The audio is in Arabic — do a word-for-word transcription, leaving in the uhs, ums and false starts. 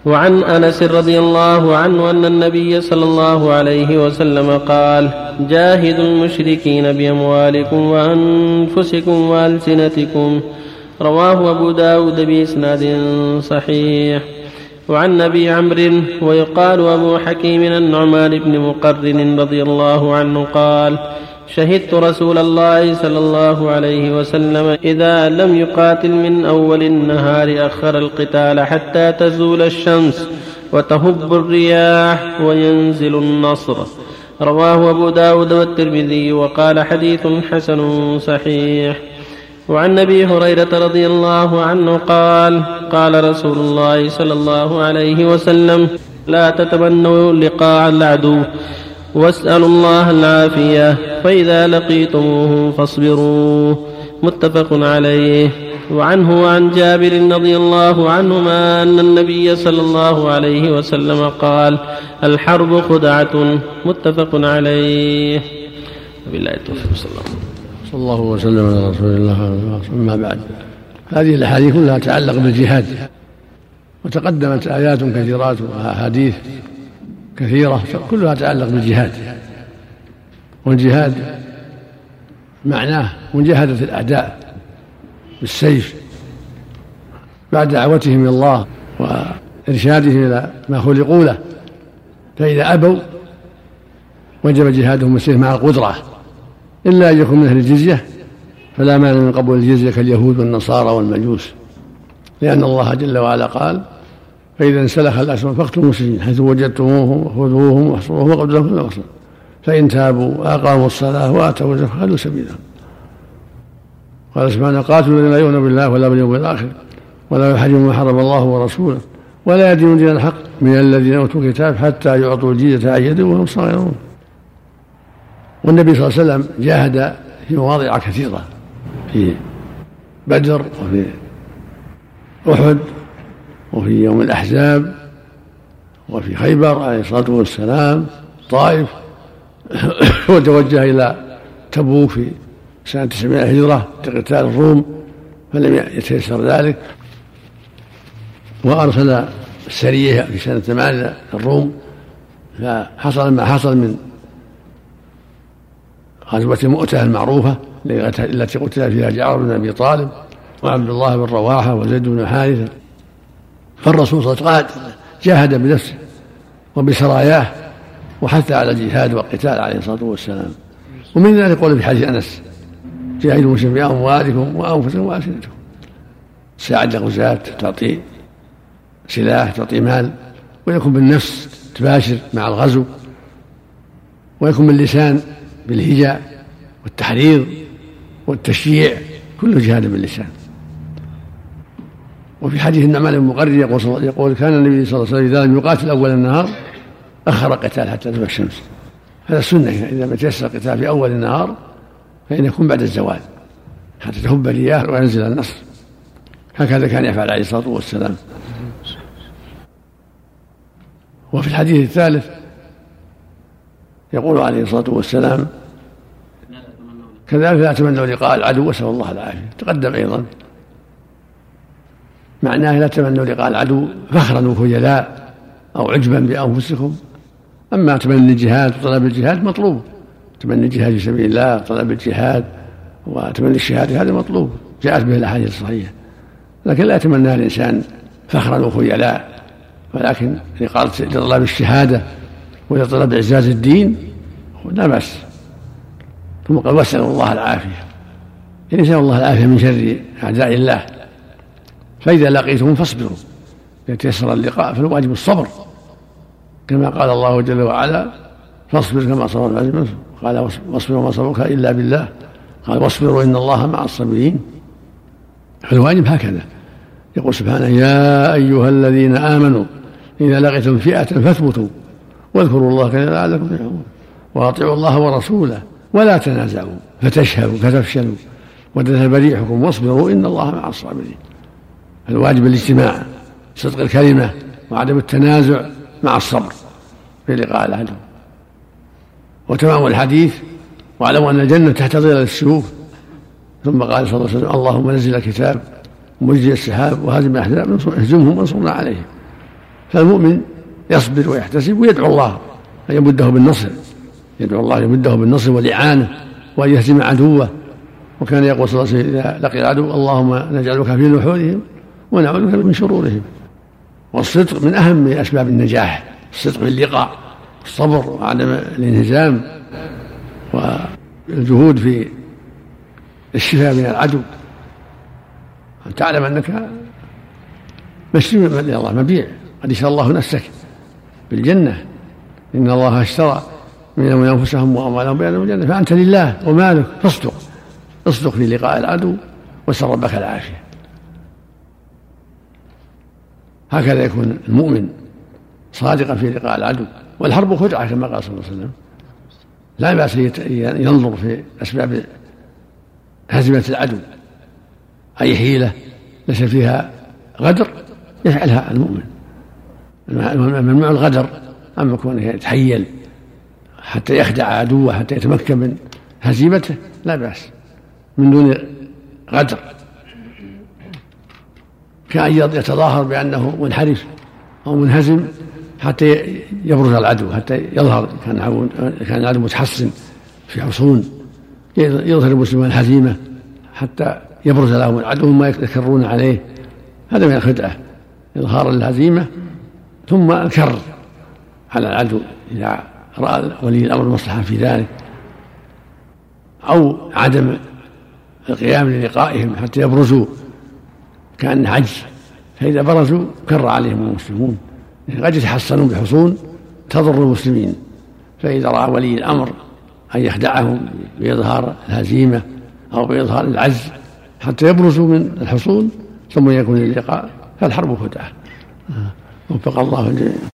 وعن أنس رضي الله عنه أن النبي صلى الله عليه وسلم قال: جاهدوا المشركين بأموالكم وأنفسكم وألسنتكم. رواه أبو داود بإسناد صحيح. وعن أبي عمرو ويقال أبو حكيم النعمان بن مقرن رضي الله عنه قال: شهدت رسول الله صلى الله عليه وسلم إذا لم يقاتل من أول النهار أخر القتال حتى تزول الشمس وتهب الرياح وينزل النصر. رواه أبو داود والترمذي وقال: حديث حسن صحيح. وعن أبي هريرة رضي الله عنه قال: قال رسول الله صلى الله عليه وسلم: لا تتمنوا لقاء العدو واسألوا الله العافية، فإذا لقيتموه فاصبروا. متفق عليه. وعنه وعن جابر رضي الله عنهما أن النبي صلى الله عليه وسلم قال: الحرب خدعة. متفق عليه. وبالله التوفيق. صلى الله صلى الله وسلم على رسول الله. أما بعد، هذه الأحاديث كلها تتعلق بالجهاد، وتقدمت آيات كثيرات وأحاديث كثيرة كلها تتعلق بالجهاد. والجهاد معناه مجاهدة الأعداء بالسيف بعد دعوتهم إلى الله وإرشادهم إلى ما خلقوا له، فإذا أبوا وجب جهادهم بالسيف مع القدرة، إلا أن يكون من أهل الجزية فلا مانع من قبول الجزية كاليهود والنصارى والمجوس، لأن الله جل وعلا قال: فإذا انسلخ الأسود فاقتلوا المسلمين حيث وجدتموهم وخذوهم واحصروهم وقتلوهم في الأصل، فإن تابوا وأقاموا الصلاة وآتوا الزكاة فخلوا سبيلهم. قال سبحانه: قاتلوا الذين لا يؤمنون بالله ولا باليوم الآخر ولا يحرمون ما حرم الله ورسوله ولا يدينون دين الحق من الذين أوتوا الكتاب حتى يعطوا الجزية عن يد وهم صاغرون. والنبي صلى الله عليه وسلم جاهد في مواضع كثيرة، في بدر وفي أحد وفي يوم الأحزاب وفي خيبر عليه الصلاة والسلام، طائف، وتوجه إلى تبوك في سنة تسعمائة هجرة لقتال الروم فلم يتيسر ذلك، وأرسل السرية في سنة ثمانية الروم، فحصل ما حصل من غزوة مؤتة المعروفة التي قتل فيها جعفر بن أبي طالب وعبد الله بن رواحة وزيد بن حارثة. فالرسول صلى الله عليه وسلم جاهد بنفسه وبسراياه وحث على الجهاد والقتال عليه الصلاة والسلام. ومن ذلك قول في حديث أنس: جاهدوا المسلمين بأموالكم وأنفسكم وألسنتكم. ساعد الغزاة، تعطي سلاح، تعطي مال، ويكون بالنفس تباشر مع الغزو، ويكون باللسان بالهجاء والتحريض والتشجيع، كله جهاد باللسان. وفي حديث النعمان بن مقرن يقول, يقول كان النبي صلى الله عليه وسلم إذا لم يقاتل أول النهار أخر القتال حتى تطلع الشمس. هذا السنة، إذا ما تيسر القتال في أول النهار فإن يكون بعد الزوال حتى تهب الرياح وينزل النصر. هكذا كان يفعل عليه الصلاة والسلام. وفي الحديث الثالث يقول عليه الصلاة والسلام: كذلك لا تمنوا لقاء العدو واسألوا الله العافية. تقدم أيضا معناه: لا تمنوا لقاء العدو فخرا وخجلاء أو عجبا بأنفسكم. أما تمني الجهاد وطلب الجهاد مطلوب، تمني الجهاد في سبيل الله، طلب الجهاد وتمني الشهادة هذا مطلوب، جاءت به الأحاديث الصحيحة. لكن لا يتمنى الإنسان فخرا وخجلاء، ولكن لطلب الشهادة ولطلب إعزاز الدين لا بأس. ثم قال: واسألوا الله العافية، يعني اسألوا الله العافية من شر أعداء الله، فإذا لقيتهم فاصبروا. إذا تيسر اللقاء فالواجب الصبر، كما قال الله جل وعلا: فاصبر كما صبر العزيز. قال: واصبر وما صبرك إلا بالله. قال: واصبروا إن الله مع الصابرين. فالواجب هكذا. يقول سبحانه: يا أيها الذين آمنوا إذا لقيتم فئة فاثبتوا واذكروا الله كثيرا لعلكم تفلحون وأطيعوا الله ورسوله ولا تنازعوا فتشهدوا فتفشلوا وتذهب ريحكم واصبروا إن الله مع الصابرين. الواجب الاجتماع، صدق الكلمة وعدم التنازع مع الصبر في لقاء العدو. وتمام الحديث: واعلموا أن الجنة تحت ظلال السيوف. ثم قال صلى الله عليه وسلم: اللهم نزل الكتاب ومجري السحاب وهازم الأحزاب اهزمهم وانصرنا عليهم. فالمؤمن يصبر ويحتسب ويدعو الله أن يمده بالنصر، يدعو الله يمده بالنصر والإعانة وأن يهزم عدوه. وكان يقول صلى الله عليه وسلم إذا لقي العدو اللهم نجعلك في نحورهم ونعوذ بك من شرورهم. والصدق من أهم أسباب النجاح، الصدق في اللقاء، الصبر وعدم الانهزام والجهود في الشفاء من العدو، أن تعلم أنك مشتري من الله مبيع، قد اشترى الله نفسك بالجنة، إن الله اشترى من أنفسهم وأموالهم بأن الجنة، فأنت لله ومالك فاصدق، اصدق في لقاء العدو واسأل ربك العافية. هكذا يكون المؤمن صادقا في لقاء العدو. والحرب خدعة كما قال صلى الله عليه وسلم، لا بأس ينظر في أسباب هزيمة العدو، أي حيلة ليس فيها غدر يفعلها المؤمن. ممنوع الغدر، أما كونه يتحيل حتى يخدع عدوه حتى يتمكن من هزيمته لا بأس من دون غدر، كأن يتظاهر بأنه منحرف أو منهزم حتى يبرز العدو، حتى يظهر كان العدو متحصن في حصون، يظهر المسلمون الهزيمة حتى يبرز لهم العدو ما يكرون عليه. هذا من الخدعة، إظهار الهزيمة ثم الكر على العدو إذا رأى ولي الأمر مصلحة في ذلك، أو عدم القيام للقائهم حتى يبرزوا كأن عجز، فإذا برزوا كر عليهم المسلمون، قد يتحصنون بحصون تضر المسلمين. فإذا رأى ولي الأمر أن يخدعهم بإظهار الهزيمة أو بإظهار العجز حتى يبرزوا من الحصون ثم يكون اللقاء، فالحرب خدعة. وفق الله الجميع.